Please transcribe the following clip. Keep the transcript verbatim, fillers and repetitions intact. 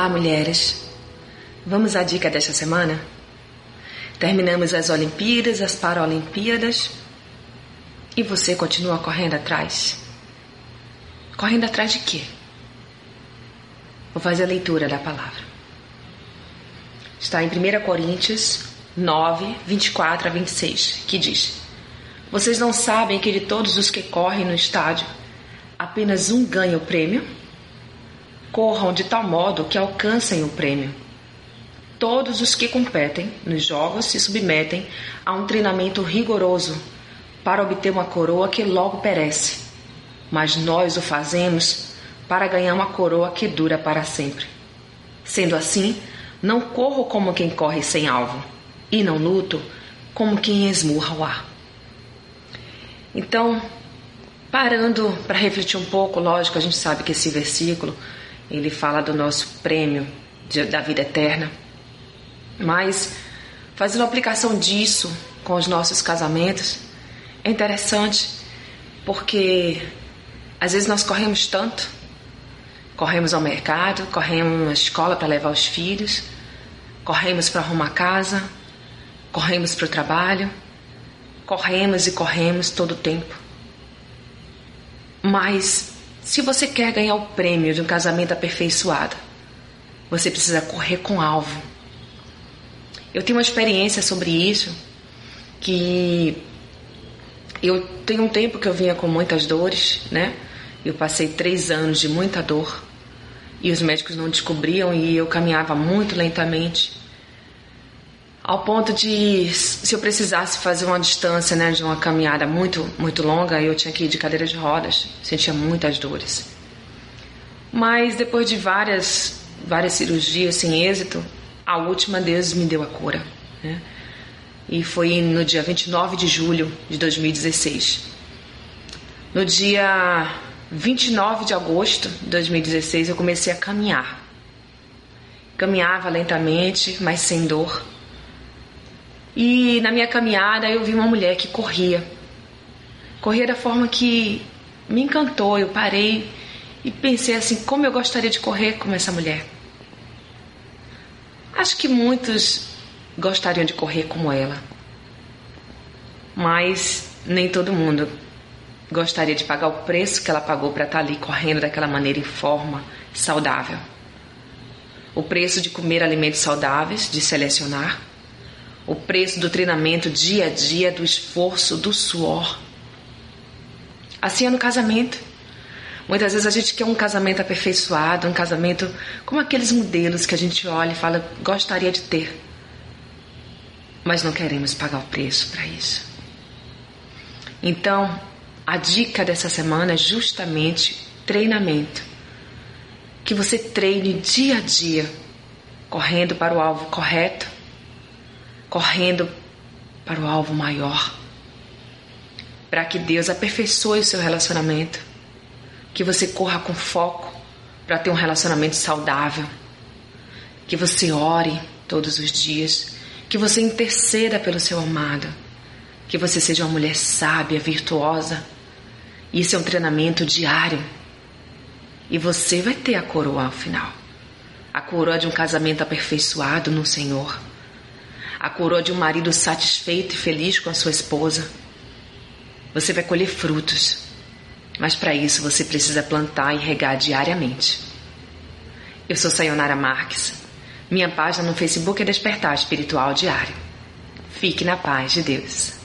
Olá, mulheres! Vamos à dica desta semana? Terminamos as Olimpíadas, as Paralimpíadas e você continua correndo atrás. Correndo atrás de quê? Vou fazer a leitura da palavra. Está em primeira Coríntios nove, vinte e quatro a vinte e seis, que diz: Vocês não sabem que de todos os que correm no estádio, apenas um ganha o prêmio? Corram de tal modo que alcancem o prêmio. Todos os que competem nos jogos se submetem a um treinamento rigoroso para obter uma coroa que logo perece, mas nós o fazemos para ganhar uma coroa que dura para sempre. Sendo assim, não corro como quem corre sem alvo, e não luto como quem esmurra o ar. Então, parando para refletir um pouco, lógico, a gente sabe que esse versículo, ele fala do nosso prêmio de, da vida eterna, mas fazendo a aplicação disso com os nossos casamentos, é interessante porque às vezes nós corremos tanto, corremos ao mercado, corremos à escola para levar os filhos, corremos para arrumar casa, corremos para o trabalho, corremos e corremos todo o tempo. Mas se você quer ganhar o prêmio de um casamento aperfeiçoado, você precisa correr com alvo. Eu tenho uma experiência sobre isso, que eu tenho um tempo que eu vinha com muitas dores, né? Eu passei três anos de muita dor e os médicos não descobriam e eu caminhava muito lentamente, ao ponto de, se eu precisasse fazer uma distância, né, de uma caminhada muito, muito longa, eu tinha que ir de cadeira de rodas, sentia muitas dores. Mas depois de várias, várias cirurgias sem êxito, a última, Deus me deu a cura, né? E foi no dia vinte e nove de julho de dois mil e dezesseis. No dia vinte e nove de agosto de dois mil e dezesseis, eu comecei a caminhar. Caminhava lentamente, mas sem dor. E na minha caminhada eu vi uma mulher que corria. Corria da forma que me encantou. Eu parei e pensei assim, como eu gostaria de correr como essa mulher. Acho que muitos gostariam de correr como ela, mas nem todo mundo gostaria de pagar o preço que ela pagou para estar ali correndo daquela maneira, em forma saudável. O preço de comer alimentos saudáveis, de selecionar, o preço do treinamento dia a dia, do esforço, do suor. Assim é no casamento. Muitas vezes a gente quer um casamento aperfeiçoado, um casamento como aqueles modelos que a gente olha e fala, gostaria de ter. Mas não queremos pagar o preço para isso. Então, a dica dessa semana é justamente treinamento. Que você treine dia a dia, correndo para o alvo correto, correndo para o alvo maior, para que Deus aperfeiçoe o seu relacionamento. Que você corra com foco para ter um relacionamento saudável. Que você ore todos os dias. Que você interceda pelo seu amado. Que você seja uma mulher sábia, virtuosa. Isso é um treinamento diário. E você vai ter a coroa ao final. A coroa de um casamento aperfeiçoado no Senhor. A coroa de um marido satisfeito e feliz com a sua esposa. Você vai colher frutos. Mas para isso você precisa plantar e regar diariamente. Eu sou Sayonara Marques. Minha página no Facebook é Despertar Espiritual Diário. Fique na paz de Deus.